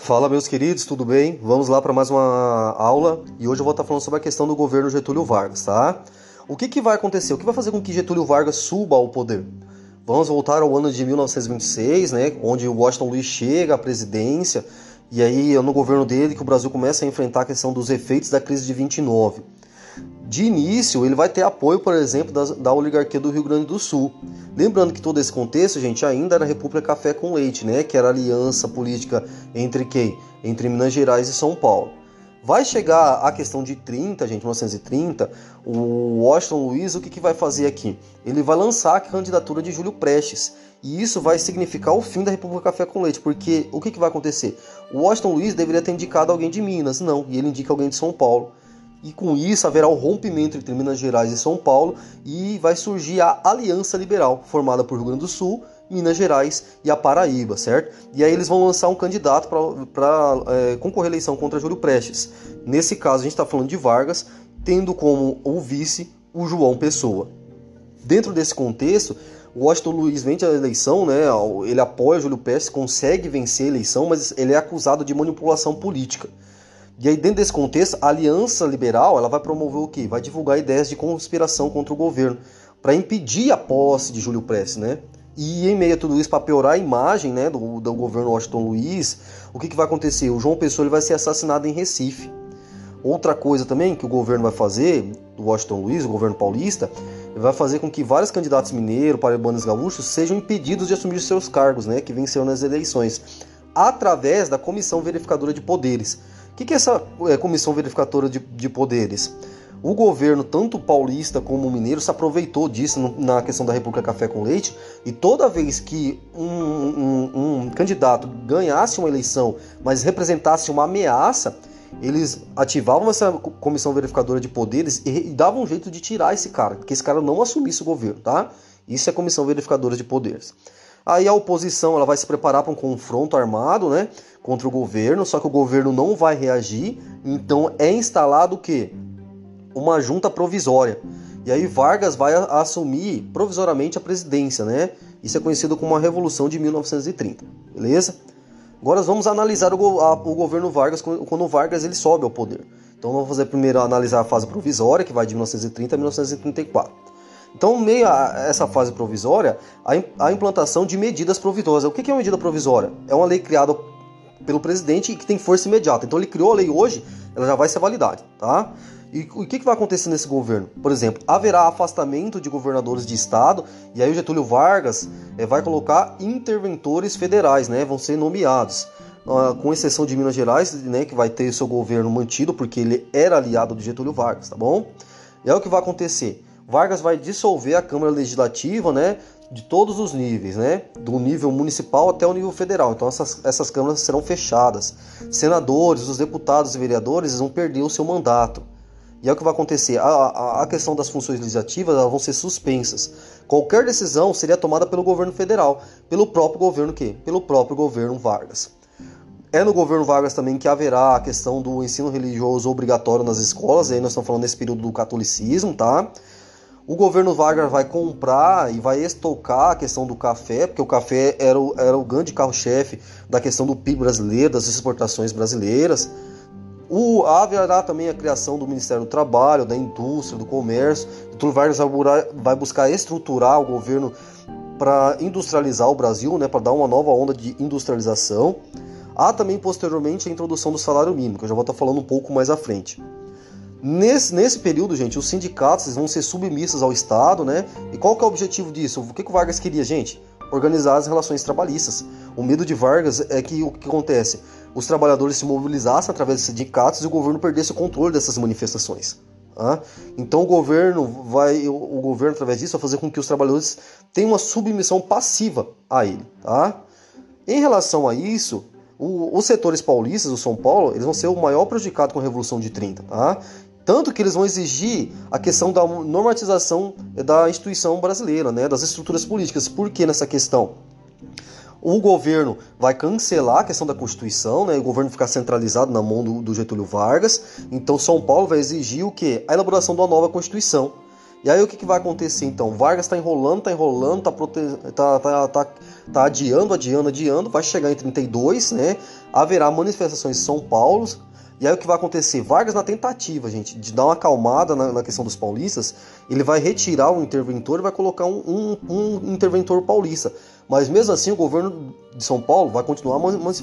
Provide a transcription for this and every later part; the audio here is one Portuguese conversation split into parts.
Fala, meus queridos, tudo bem? Vamos lá para mais uma aula e hoje eu vou estar falando sobre a questão do governo Getúlio Vargas, tá? O que vai acontecer? O que vai fazer com que Getúlio Vargas suba ao poder? Vamos voltar ao ano de 1926, né, onde o Washington Luiz chega à presidência e aí é no governo dele que o Brasil começa a enfrentar a questão dos efeitos da crise de 29. De início, ele vai ter apoio, por exemplo, da oligarquia do Rio Grande do Sul. Lembrando que todo esse contexto, gente, ainda era a República Café com Leite, né? Que era a aliança política entre quem? Entre Minas Gerais e São Paulo. Vai chegar a questão de 30, gente, 1930, o Washington Luiz, o que vai fazer aqui? Ele vai lançar a candidatura de Júlio Prestes. E isso vai significar o fim da República Café com Leite, porque o que vai acontecer? O Washington Luiz deveria ter indicado alguém de Minas, não, e ele indica alguém de São Paulo. E com isso haverá um rompimento entre Minas Gerais e São Paulo e vai surgir a Aliança Liberal, formada por Rio Grande do Sul, Minas Gerais e a Paraíba, certo? E aí eles vão lançar um candidato para concorrer à eleição contra Júlio Prestes. Nesse caso a gente está falando de Vargas, tendo como o vice o João Pessoa. Dentro desse contexto, o Washington Luiz vence a eleição, né? Ele apoia Júlio Prestes, consegue vencer a eleição, mas ele é acusado de manipulação política. E aí, dentro desse contexto, a Aliança Liberal ela vai promover o quê? Vai divulgar ideias de conspiração contra o governo, para impedir a posse de Júlio Prestes, né? E em meio a tudo isso, para piorar a imagem, né, do governo Washington Luiz, o que vai acontecer? O João Pessoa ele vai ser assassinado em Recife. Outra coisa também que o governo vai fazer, do Washington Luiz, o governo paulista, vai fazer com que vários candidatos mineiros, paraibanos e gaúchos sejam impedidos de assumir seus cargos, né, que venceram nas eleições, através da Comissão Verificadora de Poderes. O que é essa Comissão Verificadora de Poderes? O governo, tanto paulista como mineiro, se aproveitou disso na questão da República Café com Leite, e toda vez que um candidato ganhasse uma eleição, mas representasse uma ameaça, eles ativavam essa Comissão Verificadora de Poderes e davam um jeito de tirar esse cara, porque esse cara não assumisse o governo, tá? Isso é a Comissão Verificadora de Poderes. Aí a oposição ela vai se preparar para um confronto armado, né, contra o governo, só que o governo não vai reagir, então é instalado o quê? Uma junta provisória. E aí Vargas vai assumir provisoriamente a presidência, né? Isso é conhecido como a Revolução de 1930, beleza? Agora vamos analisar o governo Vargas quando o Vargas ele sobe ao poder. Então vamos fazer primeiro analisar a fase provisória, que vai de 1930 a 1934. Então, meio a essa fase provisória, a implantação de medidas provisórias. O que é uma medida provisória? É uma lei criada pelo presidente e que tem força imediata. Então, ele criou a lei hoje, ela já vai ser validade, tá? E o que vai acontecer nesse governo? Por exemplo, haverá afastamento de governadores de estado, e aí o Getúlio Vargas vai colocar interventores federais, né? Vão ser nomeados. Com exceção de Minas Gerais, né, que vai ter seu governo mantido, porque ele era aliado do Getúlio Vargas, tá bom? E aí o que vai acontecer? Vargas vai dissolver a Câmara Legislativa, né, de todos os níveis, né, do nível municipal até o nível federal. Então essas câmaras serão fechadas. Senadores, os deputados e vereadores vão perder o seu mandato. E é o que vai acontecer. A questão das funções legislativas elas vão ser suspensas. Qualquer decisão seria tomada pelo governo federal, pelo próprio governo quê? Pelo próprio governo Vargas. É no governo Vargas também que haverá a questão do ensino religioso obrigatório nas escolas. E aí nós estamos falando desse período do catolicismo, tá? O governo Vargas vai comprar e vai estocar a questão do café, porque o café era o grande carro-chefe da questão do PIB brasileiro, das exportações brasileiras. Haverá também a criação do Ministério do Trabalho, da Indústria, do Comércio. Getúlio Vargas vai buscar estruturar o governo para industrializar o Brasil, né, para dar uma nova onda de industrialização. Há também posteriormente a introdução do salário mínimo, que eu já vou estar falando um pouco mais à frente. Nesse período, gente, os sindicatos vão ser submissos ao Estado, né? E qual que é o objetivo disso? O que o Vargas queria, gente? Organizar as relações trabalhistas. O medo de Vargas é que o que acontece? Os trabalhadores se mobilizassem através dos sindicatos e o governo perdesse o controle dessas manifestações. Tá? Então o governo, através disso, vai fazer com que os trabalhadores tenham uma submissão passiva a ele. Tá? Em relação a isso, os setores paulistas do São Paulo, eles vão ser o maior prejudicado com a Revolução de 30, tá? Tanto que eles vão exigir a questão da normatização da instituição brasileira, né, das estruturas políticas. Por que nessa questão? O governo vai cancelar a questão da Constituição, né, o governo ficar centralizado na mão do Getúlio Vargas. Então São Paulo vai exigir o quê? A elaboração de uma nova Constituição. E aí o que vai acontecer então? Vargas está enrolando, tá adiando, vai chegar em 32, né? Haverá manifestações em São Paulo. E aí o que vai acontecer? Vargas, na tentativa, gente, de dar uma acalmada na questão dos paulistas, ele vai retirar o interventor e vai colocar um interventor paulista. Mas mesmo assim o governo de São Paulo vai continuar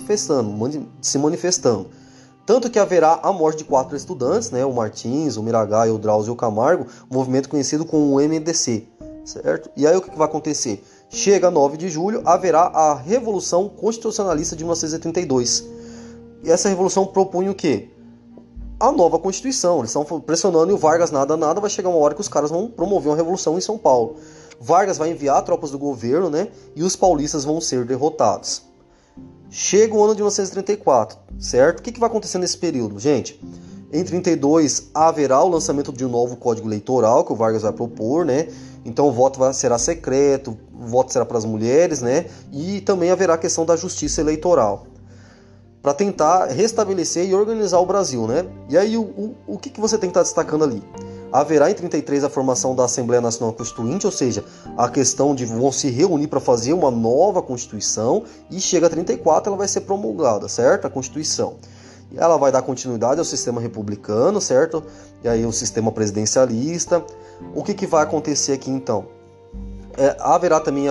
se manifestando. Tanto que haverá a morte de 4 estudantes, né? O Martins, o Miragaia, o Drauzio e o Camargo, um movimento conhecido como o MDC, certo? E aí o que vai acontecer? Chega 9 de julho, haverá a Revolução Constitucionalista de 1932. E essa revolução propunha o quê? A nova Constituição. Eles estão pressionando e o Vargas nada, vai chegar uma hora que os caras vão promover uma revolução em São Paulo. Vargas vai enviar tropas do governo, né? E os paulistas vão ser derrotados. Chega o ano de 1934, certo? O que vai acontecer nesse período, gente? Em 32 haverá o lançamento de um novo Código Eleitoral que o Vargas vai propor, né? Então o voto será secreto, o voto será para as mulheres, né? E também haverá a questão da justiça eleitoral, para tentar restabelecer e organizar o Brasil, né? E aí o que você tem que estar destacando ali? Haverá em 33 a formação da Assembleia Nacional Constituinte, ou seja, a questão de vão se reunir para fazer uma nova Constituição, e chega a 34 ela vai ser promulgada, certo? A Constituição. E ela vai dar continuidade ao sistema republicano, certo? E aí o sistema presidencialista. O que vai acontecer aqui então? Haverá também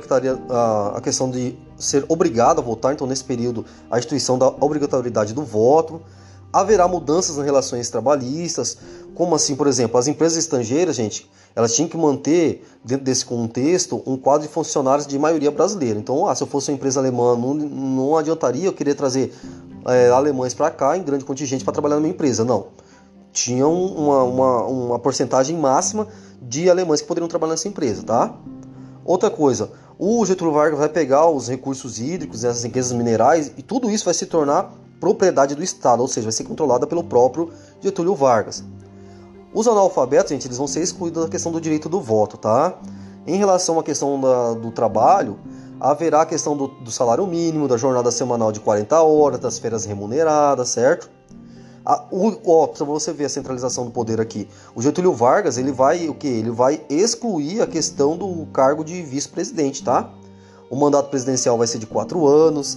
a questão de ser obrigado a votar, então nesse período a instituição da obrigatoriedade do voto. Haverá mudanças nas relações trabalhistas, como assim, por exemplo, as empresas estrangeiras, gente, elas tinham que manter, dentro desse contexto, um quadro de funcionários de maioria brasileira. Então, se eu fosse uma empresa alemã, não adiantaria eu querer trazer alemães para cá em grande contingente para trabalhar na minha empresa, não. Tinha uma porcentagem máxima de alemães que poderiam trabalhar nessa empresa, tá? Outra coisa, o Getúlio Vargas vai pegar os recursos hídricos, essas riquezas minerais, e tudo isso vai se tornar propriedade do Estado, ou seja, vai ser controlada pelo próprio Getúlio Vargas. Os analfabetos, gente, eles vão ser excluídos da questão do direito do voto, tá? Em relação à questão do trabalho, haverá a questão do salário mínimo, da jornada semanal de 40 horas, das férias remuneradas, certo? Para você ver a centralização do poder aqui, o Getúlio Vargas, ele vai o quê? Ele vai excluir a questão do cargo de vice-presidente, tá? O mandato presidencial vai ser de 4 anos,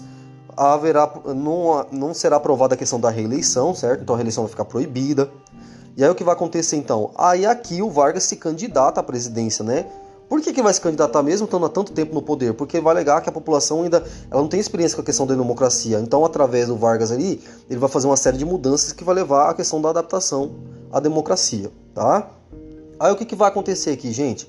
não será aprovada a questão da reeleição, certo? Então a reeleição vai ficar proibida. E aí o que vai acontecer então? Aí aqui o Vargas se candidata à presidência, né? Por que vai se candidatar mesmo estando há tanto tempo no poder? Porque vai alegar que a população ainda ela não tem experiência com a questão da democracia. Então, através do Vargas ali, ele vai fazer uma série de mudanças que vai levar à questão da adaptação à democracia, tá? Aí o que vai acontecer aqui, gente?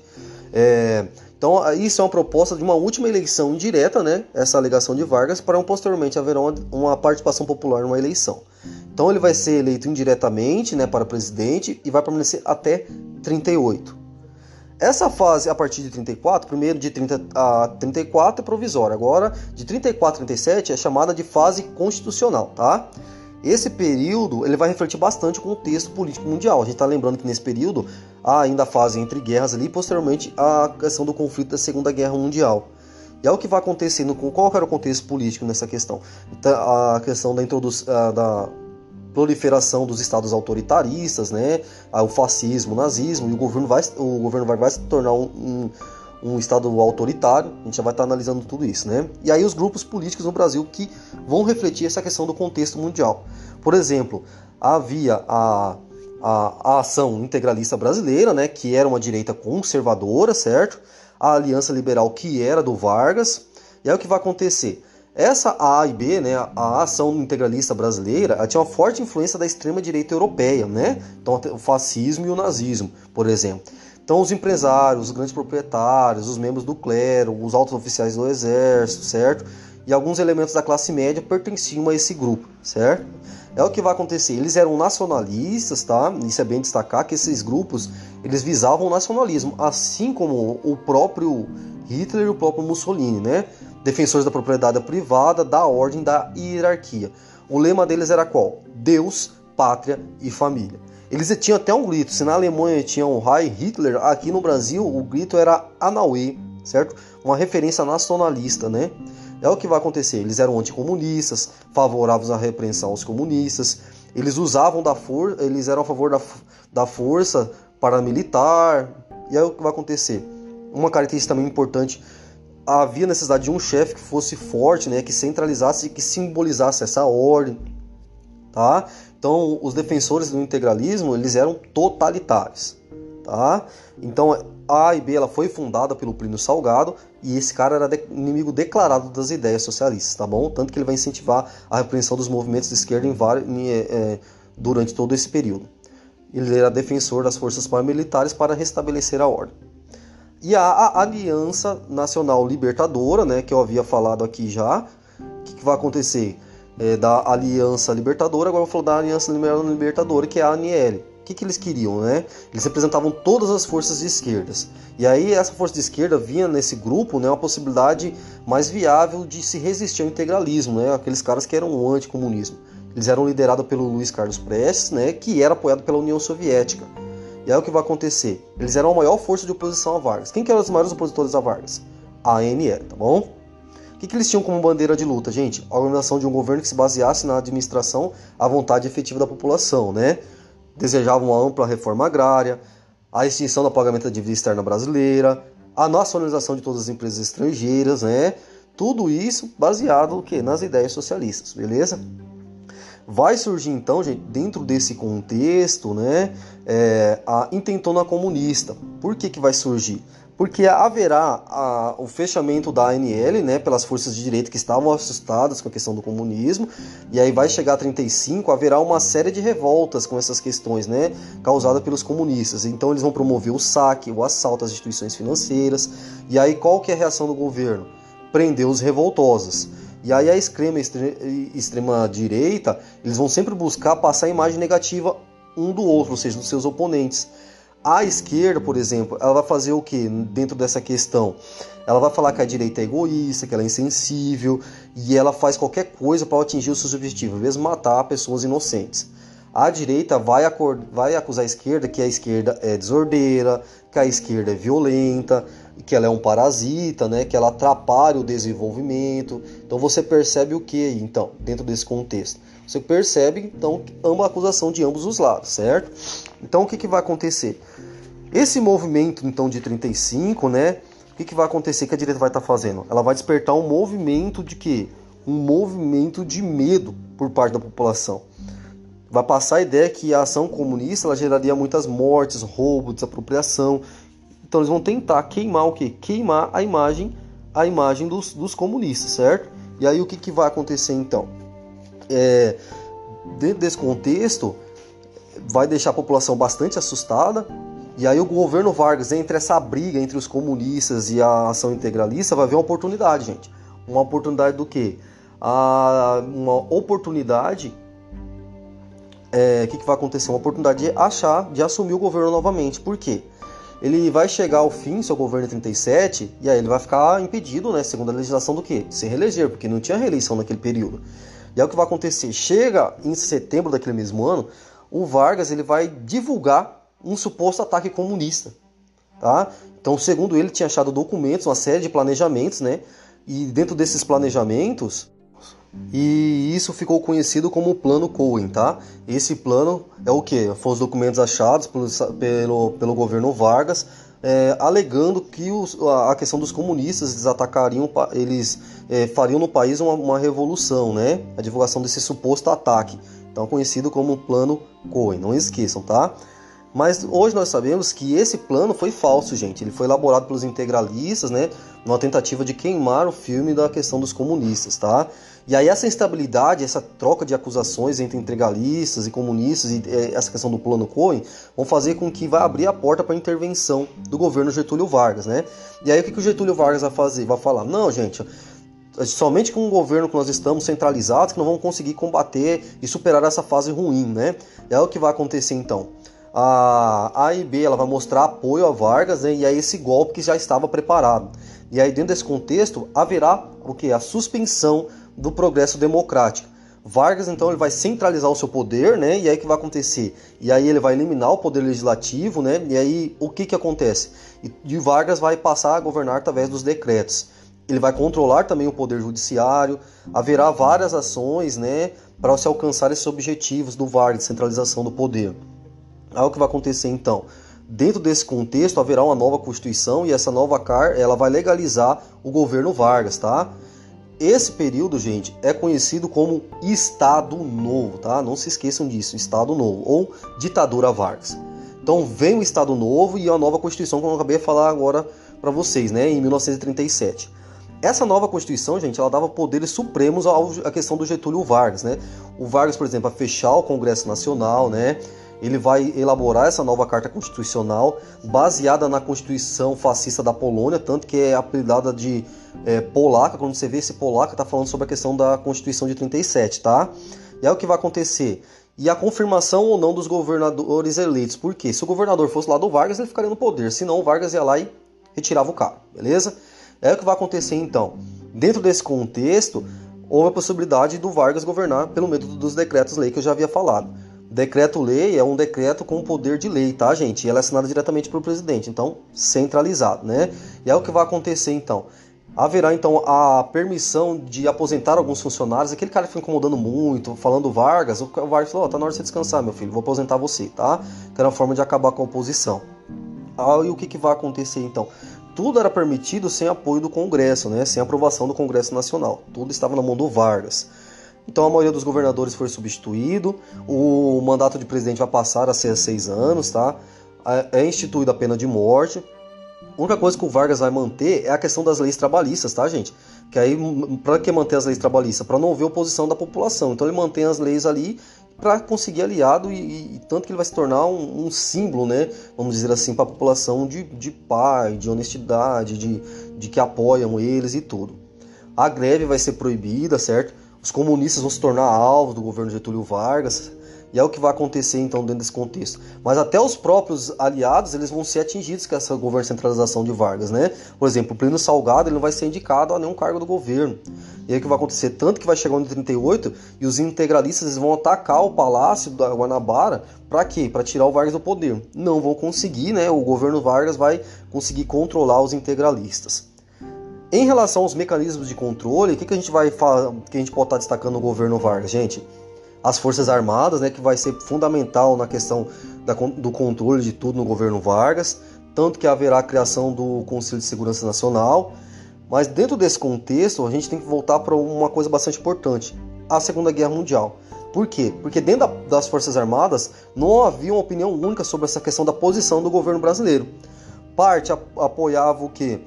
Então, isso é uma proposta de uma última eleição indireta, né? Essa alegação de Vargas, para posteriormente haver uma participação popular numa eleição. Então, ele vai ser eleito indiretamente, né, para presidente e vai permanecer até 38. Essa fase, a partir de 34, primeiro de 30 a 34 é provisória, agora de 34 a 37 é chamada de fase constitucional, tá? Esse período ele vai refletir bastante o contexto político mundial. A gente está lembrando que nesse período há ainda a fase entre guerras ali e posteriormente a questão do conflito da Segunda Guerra Mundial. E aí o que vai acontecendo, qual era o contexto político nessa questão? Então, a questão da introdução da proliferação dos estados autoritaristas, né? O fascismo, o nazismo, e o governo vai se tornar um estado autoritário. A gente já vai estar analisando tudo isso, né? E aí os grupos políticos no Brasil que vão refletir essa questão do contexto mundial. Por exemplo, havia a Ação Integralista Brasileira, né? Que era uma direita conservadora, certo? A Aliança Liberal, que era do Vargas. E aí o que vai acontecer? Essa A e B, né, a Ação Integralista Brasileira, ela tinha uma forte influência da extrema-direita europeia, né? Então, o fascismo e o nazismo, por exemplo. Então, os empresários, os grandes proprietários, os membros do clero, os altos oficiais do exército, certo? E alguns elementos da classe média pertenciam a esse grupo, certo? É o que vai acontecer. Eles eram nacionalistas, tá? Isso é bem destacar que esses grupos, eles visavam o nacionalismo, assim como o próprio Hitler e o próprio Mussolini, né? Defensores da propriedade privada, da ordem, da hierarquia. O lema deles era qual? Deus, pátria e família. Eles tinham até um grito. Se na Alemanha tinha um Heil Hitler, aqui no Brasil o grito era Anauê, certo? Uma referência nacionalista, né? É o que vai acontecer. Eles eram anticomunistas, favoráveis à repreensão aos comunistas. Eles usavam eles eram a favor da força paramilitar, E aí o que vai acontecer? Uma característica também importante, havia necessidade de um chefe que fosse forte, né, que centralizasse e que simbolizasse essa ordem, tá? Então, os defensores do integralismo, eles eram totalitários, tá? Então, a AIB ela foi fundada pelo Plínio Salgado e esse cara era inimigo declarado das ideias socialistas, tá bom? Tanto que ele vai incentivar a repreensão dos movimentos de esquerda durante todo esse período. Ele era defensor das forças paramilitares para restabelecer a ordem. E a Aliança Nacional Libertadora, né, que eu havia falado aqui já, o que vai acontecer? Da Aliança Libertadora, agora eu vou falar da Aliança Libertadora, que é a ANL. O que eles queriam, né? Eles representavam todas as forças de esquerdas. E aí essa força de esquerda via nesse grupo, né, uma possibilidade mais viável de se resistir ao integralismo, né? Aqueles caras que eram o anticomunismo. Eles eram liderados pelo Luiz Carlos Prestes, né, que era apoiado pela União Soviética. E aí o que vai acontecer? Eles eram a maior força de oposição a Vargas. Quem que eram os maiores opositores a Vargas? A ANL, tá bom? O que eles tinham como bandeira de luta, gente? A organização de um governo que se baseasse na administração à vontade efetiva da população, né? Desejavam uma ampla reforma agrária, a extinção do pagamento da dívida externa brasileira, a nacionalização de todas as empresas estrangeiras, né? Tudo isso baseado no quê? Nas ideias socialistas, beleza? Vai surgir então, gente, dentro desse contexto, né, a intentona comunista. Por que vai surgir? Porque haverá o fechamento da ANL, né, pelas forças de direita que estavam assustadas com a questão do comunismo, e aí vai chegar a 35, haverá uma série de revoltas com essas questões, né, causadas pelos comunistas. Então eles vão promover o saque, o assalto às instituições financeiras, e aí qual que é a reação do governo? Prender os revoltosos. E aí a extrema direita, eles vão sempre buscar passar a imagem negativa um do outro, ou seja, dos seus oponentes. A esquerda, por exemplo, ela vai fazer o que dentro dessa questão? Ela vai falar que a direita é egoísta, que ela é insensível, e ela faz qualquer coisa para atingir os seus objetivos, mesmo matar pessoas inocentes. A direita vai acusar a esquerda que a esquerda é desordeira, que a esquerda é violenta, que ela é um parasita, né? Que ela atrapalha o desenvolvimento. Então você percebe o que aí, então, dentro desse contexto? Você percebe, então, uma acusação de ambos os lados, certo? Então o que vai acontecer? Esse movimento, então, de 35, né? O que vai acontecer que a direita vai estar fazendo? Ela vai despertar um movimento de quê? Um movimento de medo por parte da população. Vai passar a ideia que a ação comunista ela geraria muitas mortes, roubo, desapropriação. Então eles vão tentar queimar o quê? Queimar a imagem dos comunistas, certo? E aí o que vai acontecer então? Dentro desse contexto, vai deixar a população bastante assustada. E aí o governo Vargas, entre essa briga entre os comunistas e a ação integralista, vai ver uma oportunidade, gente. Uma oportunidade do quê? Uma oportunidade... O que vai acontecer? Uma oportunidade de assumir o governo novamente. Por quê? Ele vai chegar ao fim, seu governo em 37, e aí ele vai ficar impedido, né, segundo a legislação do quê? De se reeleger, porque não tinha reeleição naquele período. E aí o que vai acontecer? Chega em setembro daquele mesmo ano, o Vargas ele vai divulgar um suposto ataque comunista. Tá? Então, segundo ele, tinha achado documentos, uma série de planejamentos, né? E dentro desses planejamentos... E isso ficou conhecido como o Plano Cohen, tá? Esse plano é o que? Foram os documentos achados pelo governo Vargas, alegando que a questão dos comunistas, eles fariam no país uma revolução, né? A divulgação desse suposto ataque, então conhecido como o Plano Cohen, não esqueçam, tá? Mas hoje nós sabemos que esse plano foi falso, gente. Ele foi elaborado pelos integralistas, né? Numa tentativa de queimar o filme da questão dos comunistas, tá? E aí essa instabilidade, essa troca de acusações entre integralistas e comunistas e essa questão do plano Cohen vão fazer com que vai abrir a porta para a intervenção do governo Getúlio Vargas, né? E aí o que o Getúlio Vargas vai fazer? Vai falar, não, gente, somente com um governo que nós estamos centralizados que nós vamos conseguir combater e superar essa fase ruim, né? E aí o que vai acontecer então? A AIB ela vai mostrar apoio a Vargas, né, e a esse golpe que já estava preparado. E aí dentro desse contexto haverá o que? A suspensão do progresso democrático. Vargas então ele vai centralizar o seu poder, né? E aí o que vai acontecer? E aí ele vai eliminar o poder legislativo, né? E aí o que acontece? E Vargas vai passar a governar através dos decretos. Ele vai controlar também o poder judiciário. Haverá várias ações, né, para se alcançar esses objetivos do Vargas, de centralização do poder. Aí o que vai acontecer então? Dentro desse contexto, haverá uma nova Constituição e essa nova carta ela vai legalizar o governo Vargas, tá? Esse período, gente, é conhecido como Estado Novo, tá? Não se esqueçam disso, Estado Novo, ou ditadura Vargas. Então vem o Estado Novo e a nova Constituição, como eu acabei de falar agora para vocês, né, em 1937. Essa nova Constituição, gente, ela dava poderes supremos à questão do Getúlio Vargas, né? O Vargas, por exemplo, a fechar o Congresso Nacional, né? Ele vai elaborar essa nova Carta Constitucional baseada na Constituição fascista da Polônia, tanto que é apelidada de polaca. Quando você vê esse polaca, tá falando sobre a questão da Constituição de 37, tá? E aí o que vai acontecer? E a confirmação ou não dos governadores eleitos. Por quê? Se o governador fosse lá do Vargas, ele ficaria no poder. Senão o Vargas ia lá e retirava o cara, beleza? É o que vai acontecer então. Dentro desse contexto, houve a possibilidade do Vargas governar pelo método dos decretos-lei que eu já havia falado. Decreto-lei é um decreto com poder de lei, tá, gente? E ela é assinada diretamente pelo presidente, então centralizado, né? E é o que vai acontecer então. Haverá então a permissão de aposentar alguns funcionários. Aquele cara que fica incomodando muito, falando Vargas, o Vargas falou: tá na hora de você descansar, meu filho, vou aposentar você, tá? Que era uma forma de acabar com a oposição. E o que vai acontecer então? Tudo era permitido sem apoio do Congresso, né? Sem aprovação do Congresso Nacional. Tudo estava na mão do Vargas. Então a maioria dos governadores foi substituído, o mandato de presidente vai passar a ser 6 anos, tá? É instituída a pena de morte. A única coisa que o Vargas vai manter é a questão das leis trabalhistas, tá, gente? Que aí, para que manter as leis trabalhistas? Para não haver oposição da população. Então ele mantém as leis ali para conseguir aliado e tanto que ele vai se tornar um símbolo, né? Vamos dizer assim, para a população de paz, de honestidade, de que apoiam eles e tudo. A greve vai ser proibida, certo? Os comunistas vão se tornar alvo do governo Getúlio Vargas, e é o que vai acontecer então dentro desse contexto. Mas até os próprios aliados eles vão ser atingidos com essa centralização de Vargas, né? Por exemplo, o Plínio Salgado ele não vai ser indicado a nenhum cargo do governo. E aí o que vai acontecer? Tanto que vai chegar o ano de 38 e os integralistas eles vão atacar o Palácio da Guanabara. Para quê? Para tirar o Vargas do poder. Não vão conseguir, né? O governo Vargas vai conseguir controlar os integralistas. Em relação aos mecanismos de controle, o que a gente vai falar, que a gente pode estar destacando no governo Vargas, gente? As Forças Armadas, né, que vai ser fundamental na questão do controle de tudo no governo Vargas, tanto que haverá a criação do Conselho de Segurança Nacional. Mas dentro desse contexto, a gente tem que voltar para uma coisa bastante importante, a Segunda Guerra Mundial. Por quê? Porque dentro das Forças Armadas não havia uma opinião única sobre essa questão da posição do governo brasileiro. Parte apoiava o quê?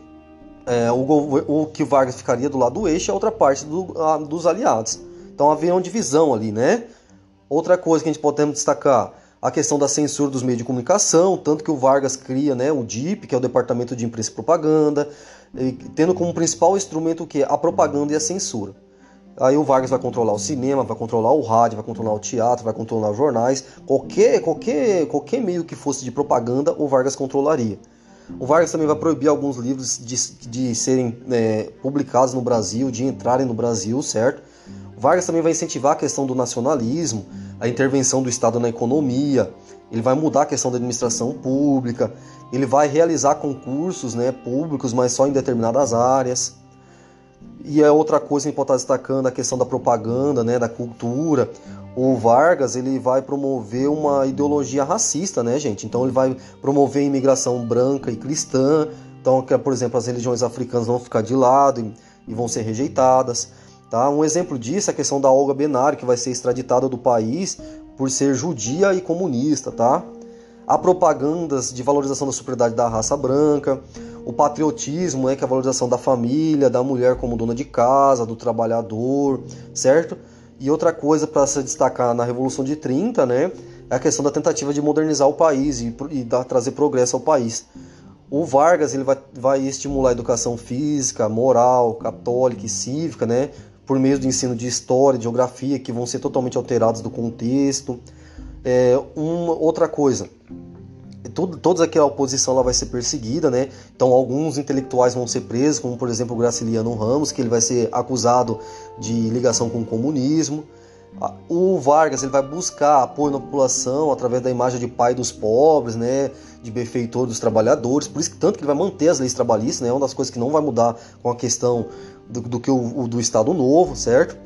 O que Vargas ficaria do lado do eixo e a outra parte dos aliados. Então havia uma divisão ali, né? Outra coisa que a gente pode destacar, a questão da censura dos meios de comunicação, tanto que o Vargas cria, né, o DIP, que é o Departamento de Imprensa e Propaganda, tendo como principal instrumento o quê? A propaganda e a censura. Aí o Vargas vai controlar o cinema, vai controlar o rádio, vai controlar o teatro, vai controlar os jornais, qualquer meio que fosse de propaganda, o Vargas controlaria. O Vargas também vai proibir alguns livros de serem publicados no Brasil, de entrarem no Brasil, certo? O Vargas também vai incentivar a questão do nacionalismo, a intervenção do Estado na economia, ele vai mudar a questão da administração pública, ele vai realizar concursos, né, públicos, mas só em determinadas áreas. E é outra coisa que a gente pode estar destacando, a questão da propaganda, né, da cultura. O Vargas ele vai promover uma ideologia racista, né, gente? Então ele vai promover a imigração branca e cristã. Então, por exemplo, as religiões africanas vão ficar de lado e vão ser rejeitadas. Tá? Um exemplo disso é a questão da Olga Benário, que vai ser extraditada do país por ser judia e comunista. Tá? Há propagandas de valorização da superioridade da raça branca, o patriotismo, né, que é a valorização da família, da mulher como dona de casa, do trabalhador, certo? E outra coisa para se destacar na Revolução de 30, né, é a questão da tentativa de modernizar o país e trazer progresso ao país. O Vargas ele vai estimular a educação física, moral, católica e cívica, né, por meio do ensino de história e geografia, que vão ser totalmente alterados do contexto. Outra coisa, toda aquela oposição ela vai ser perseguida, né? Então alguns intelectuais vão ser presos, como por exemplo o Graciliano Ramos, que ele vai ser acusado de ligação com o comunismo. O Vargas ele vai buscar apoio na população através da imagem de pai dos pobres, né? De benfeitor dos trabalhadores, por isso que tanto que ele vai manter as leis trabalhistas, né? É uma das coisas que não vai mudar com a questão do Estado Novo, certo?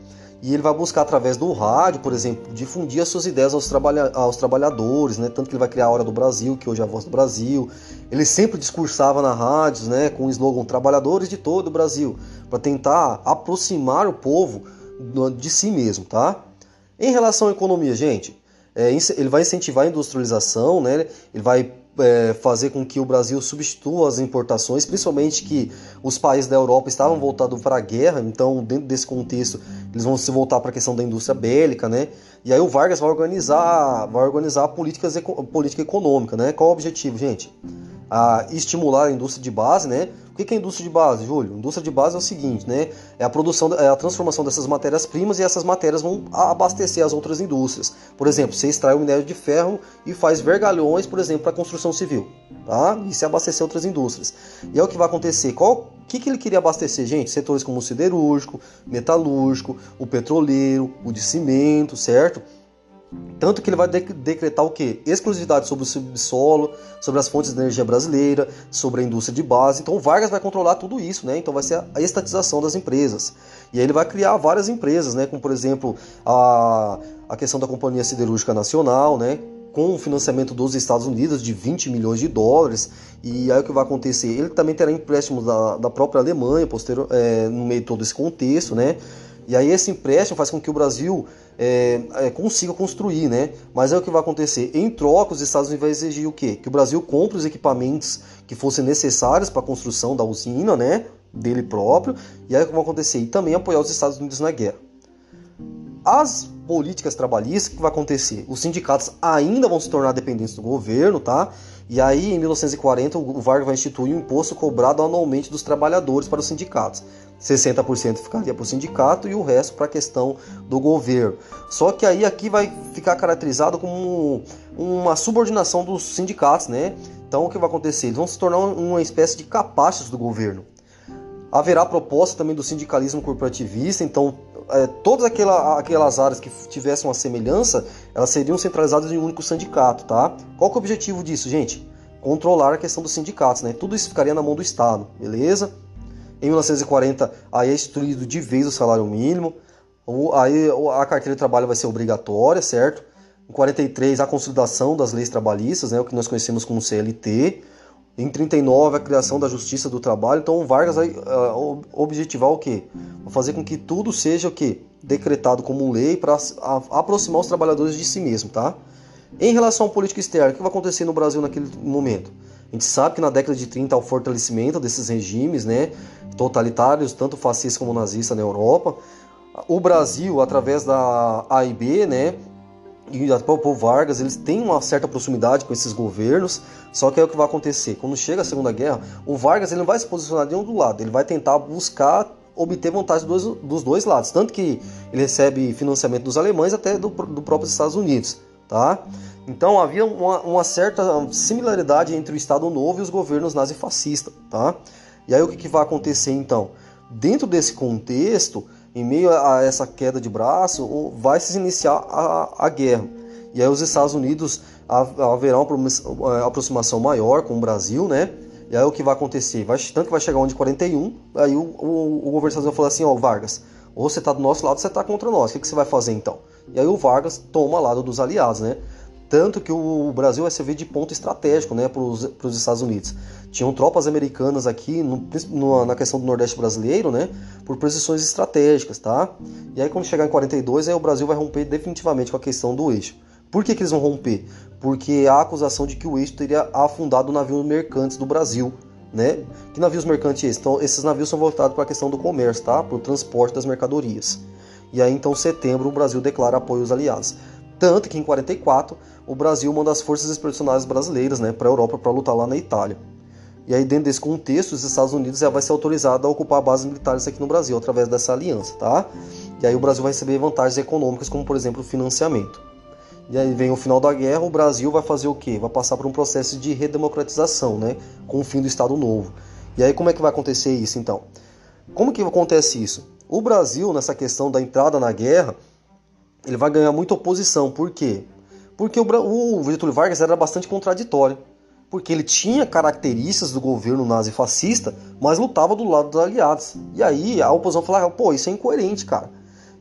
E ele vai buscar através do rádio, por exemplo, difundir as suas ideias aos trabalhadores, né? Tanto que ele vai criar a Hora do Brasil, que hoje é a Voz do Brasil. Ele sempre discursava na rádio, né, com o slogan Trabalhadores de todo o Brasil, para tentar aproximar o povo de si mesmo, tá? Em relação à economia, gente, ele vai incentivar a industrialização, né? Ele vai fazer com que o Brasil substitua as importações, principalmente que os países da Europa estavam voltados para a guerra, então dentro desse contexto eles vão se voltar para a questão da indústria bélica, né? E aí o Vargas vai organizar a política econômica, né? Qual é o objetivo, gente? Estimular a indústria de base, né? O que é indústria de base, Júlio? Indústria de base é o seguinte, né? É a produção, é a transformação dessas matérias-primas e essas matérias vão abastecer as outras indústrias. Por exemplo, você extrai o minério de ferro e faz vergalhões, por exemplo, para a construção civil, tá? E se abastecer outras indústrias. E é o que vai acontecer. O que ele queria abastecer, gente? Setores como o siderúrgico, metalúrgico, o petroleiro, o de cimento, certo? Tanto que ele vai decretar o quê? Exclusividade sobre o subsolo, sobre as fontes de energia brasileira, sobre a indústria de base. Então o Vargas vai controlar tudo isso, né? Então vai ser a estatização das empresas. E aí ele vai criar várias empresas, né? Como por exemplo a questão da Companhia Siderúrgica Nacional, né? Com o financiamento dos Estados Unidos de 20 milhões de dólares. E aí o que vai acontecer? Ele também terá empréstimos da própria Alemanha no meio de todo esse contexto, né? E aí esse empréstimo faz com que o Brasil consiga construir, né? Mas é o que vai acontecer. Em troca, os Estados Unidos vai exigir o quê? Que o Brasil compre os equipamentos que fossem necessários para a construção da usina, né? Dele próprio. E aí o que vai acontecer? E também apoiar os Estados Unidos na guerra. As políticas trabalhistas, o que vai acontecer? Os sindicatos ainda vão se tornar dependentes do governo, tá? E aí, em 1940, o Vargas vai instituir um imposto cobrado anualmente dos trabalhadores para os sindicatos. 60% ficaria para o sindicato e o resto para a questão do governo. Só que aí aqui vai ficar caracterizado como uma subordinação dos sindicatos, né? Então o que vai acontecer? Eles vão se tornar uma espécie de capachos do governo. Haverá proposta também do sindicalismo corporativista, então todas aquelas áreas que tivessem uma semelhança, elas seriam centralizadas em um único sindicato, tá? Qual que é o objetivo disso, gente? Controlar a questão dos sindicatos, né? Tudo isso ficaria na mão do Estado, beleza? Em 1940, aí é instituído de vez o salário mínimo, aí a carteira de trabalho vai ser obrigatória, certo? Em 43, a consolidação das leis trabalhistas, né? O que nós conhecemos como CLT. Em 39, a criação da Justiça do Trabalho. Então o Vargas vai objetivar o quê? Fazer com que tudo seja o quê? Decretado como lei para aproximar os trabalhadores de si mesmo, tá? Em relação à política externa, o que vai acontecer no Brasil naquele momento? A gente sabe que na década de 30 há o fortalecimento desses regimes, né, totalitários, tanto fascistas como nazistas na Europa. O Brasil, através da AIB, né, e o próprio Vargas, eles têm uma certa proximidade com esses governos, só que é o que vai acontecer. Quando chega a Segunda Guerra, o Vargas ele não vai se posicionar de um do lado, ele vai tentar buscar obter vantagem dos dois lados, tanto que ele recebe financiamento dos alemães até do próprio Estados Unidos, tá? Então havia uma certa similaridade entre o Estado Novo e os governos nazifascistas, tá? E aí o que vai acontecer então? Dentro desse contexto, em meio a essa queda de braço, vai se iniciar a guerra. E aí os Estados Unidos haverá uma aproximação maior com o Brasil, né? E aí o que vai acontecer? Tanto que vai chegar onde 41, aí o governo dos Estados Unidos vai falar assim, ó, Vargas, ou você está do nosso lado ou você está contra nós, o que você vai fazer então? E aí o Vargas toma lado dos aliados, né? Tanto que o Brasil vai servir de ponto estratégico, né, para os Estados Unidos. Tinham tropas americanas aqui na questão do Nordeste brasileiro, né, por posições estratégicas, tá? E aí quando chegar em 42, aí o Brasil vai romper definitivamente com a questão do eixo. Por que eles vão romper? Porque há a acusação de que o eixo teria afundado navios mercantes do Brasil, né? Que navios mercantes esses? Então, esses navios são voltados para a questão do comércio, tá? Para o transporte das mercadorias. E aí, então, em setembro, o Brasil declara apoio aos aliados. Tanto que em 44 o Brasil manda as forças expedicionárias brasileiras, né, para a Europa para lutar lá na Itália. E aí dentro desse contexto os Estados Unidos já vai ser autorizado a ocupar bases militares aqui no Brasil através dessa aliança, tá? E aí o Brasil vai receber vantagens econômicas como por exemplo o financiamento. E aí vem o final da guerra, o Brasil vai fazer o quê? Vai passar por um processo de redemocratização, né, com o fim do Estado Novo. E aí como é que vai acontecer isso então? Como que acontece isso? O Brasil nessa questão da entrada na guerra ele vai ganhar muita oposição. Por quê? Porque o Getúlio Vargas era bastante contraditório. Porque ele tinha características do governo nazi-fascista, mas lutava do lado dos aliados. E aí a oposição falava, pô, isso é incoerente, cara.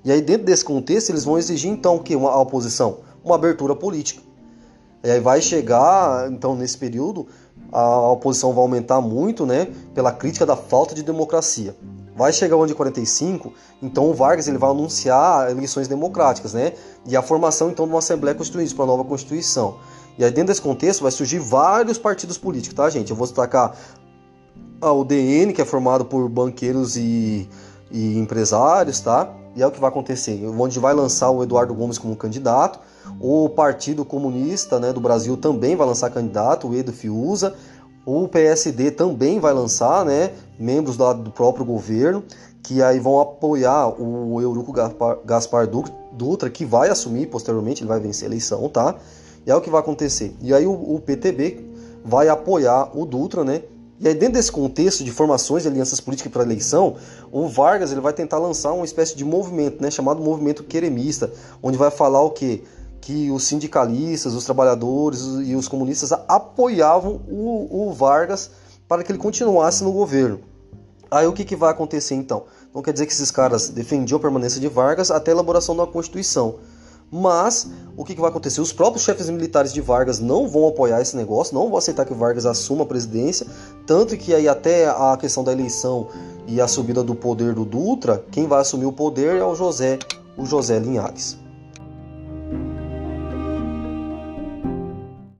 E aí, dentro desse contexto, eles vão exigir, então, o quê? A oposição? Uma abertura política. E aí vai chegar, então, nesse período, a oposição vai aumentar muito, né, pela crítica da falta de democracia. Vai chegar o ano de 45, então o Vargas ele vai anunciar eleições democráticas, né, e a formação, então, de uma Assembleia Constituinte, para a nova Constituição. E aí, dentro desse contexto, vai surgir vários partidos políticos, tá, gente? Eu vou destacar o DN, que é formado por banqueiros e empresários, tá? E é o que vai acontecer, onde vai lançar o Eduardo Gomes como candidato, o Partido Comunista, né, do Brasil também vai lançar candidato, o Edo Fiuza, o PSD também vai lançar, né, membros do próprio governo, que aí vão apoiar o Eurico Gaspar Dutra, que vai assumir posteriormente, ele vai vencer a eleição, tá? E é o que vai acontecer. E aí o PTB vai apoiar o Dutra, né? E aí, dentro desse contexto de formações de alianças políticas para a eleição, o Vargas ele vai tentar lançar uma espécie de movimento, né, chamado movimento queremista, onde vai falar o quê? Que os sindicalistas, os trabalhadores e os comunistas apoiavam o Vargas para que ele continuasse no governo. Aí o que vai acontecer então? Não quer dizer que esses caras defendiam a permanência de Vargas até a elaboração da Constituição. Mas o que vai acontecer? Os próprios chefes militares de Vargas não vão apoiar esse negócio, não vão aceitar que Vargas assuma a presidência, tanto que aí até a questão da eleição e a subida do poder do Dutra, quem vai assumir o poder é o José Linhares.